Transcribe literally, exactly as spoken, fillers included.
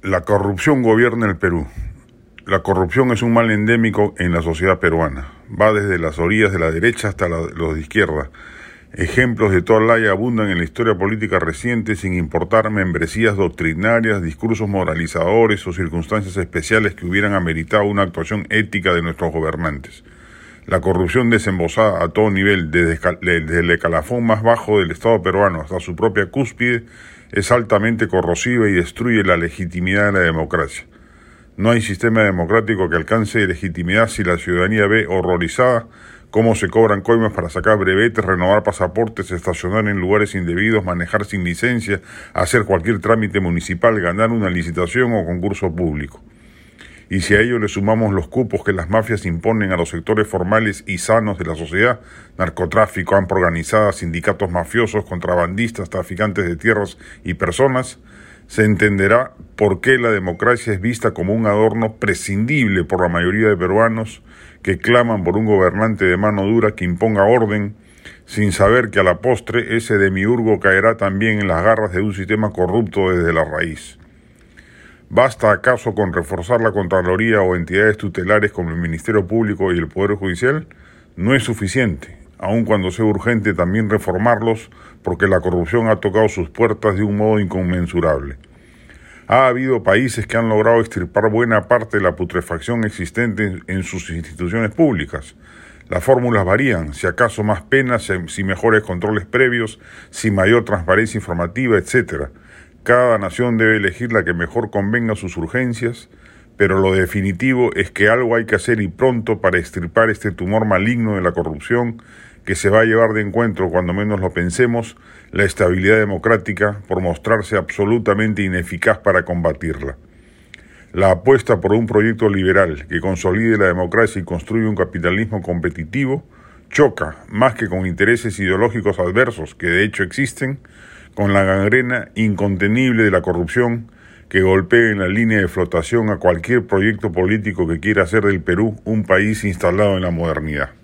La corrupción gobierna el Perú. La corrupción es un mal endémico en la sociedad peruana. Va desde las orillas de la derecha hasta la, los de izquierda. Ejemplos de toda laya abundan en la historia política reciente, sin importar membresías doctrinarias, discursos moralizadores o circunstancias especiales que hubieran ameritado una actuación ética de nuestros gobernantes. La corrupción desembosada a todo nivel, desde, desde el escalafón más bajo del Estado peruano hasta su propia cúspide, es altamente corrosiva y destruye la legitimidad de la democracia. No hay sistema democrático que alcance legitimidad si la ciudadanía ve horrorizada cómo se cobran coimas para sacar brevetes, renovar pasaportes, estacionar en lugares indebidos, manejar sin licencia, hacer cualquier trámite municipal, ganar una licitación o concurso público. Y si a ello le sumamos los cupos que las mafias imponen a los sectores formales y sanos de la sociedad, narcotráfico, hampa organizada, sindicatos mafiosos, contrabandistas, traficantes de tierras y personas, se entenderá por qué la democracia es vista como un adorno prescindible por la mayoría de peruanos que claman por un gobernante de mano dura que imponga orden, sin saber que a la postre ese demiurgo caerá también en las garras de un sistema corrupto desde la raíz. ¿Basta acaso con reforzar la Contraloría o entidades tutelares como el Ministerio Público y el Poder Judicial? No es suficiente, aun cuando sea urgente también reformarlos, porque la corrupción ha tocado sus puertas de un modo inconmensurable. Ha habido países que han logrado extirpar buena parte de la putrefacción existente en sus instituciones públicas. Las fórmulas varían, si acaso más penas, si mejores controles previos, si mayor transparencia informativa, etcétera. Cada nación debe elegir la que mejor convenga a sus urgencias, pero lo definitivo es que algo hay que hacer y pronto para extirpar este tumor maligno de la corrupción que se va a llevar de encuentro, cuando menos lo pensemos, la estabilidad democrática por mostrarse absolutamente ineficaz para combatirla. La apuesta por un proyecto liberal que consolide la democracia y construya un capitalismo competitivo choca, más que con intereses ideológicos adversos, que de hecho existen, con la gangrena incontenible de la corrupción que golpea en la línea de flotación a cualquier proyecto político que quiera hacer del Perú un país instalado en la modernidad.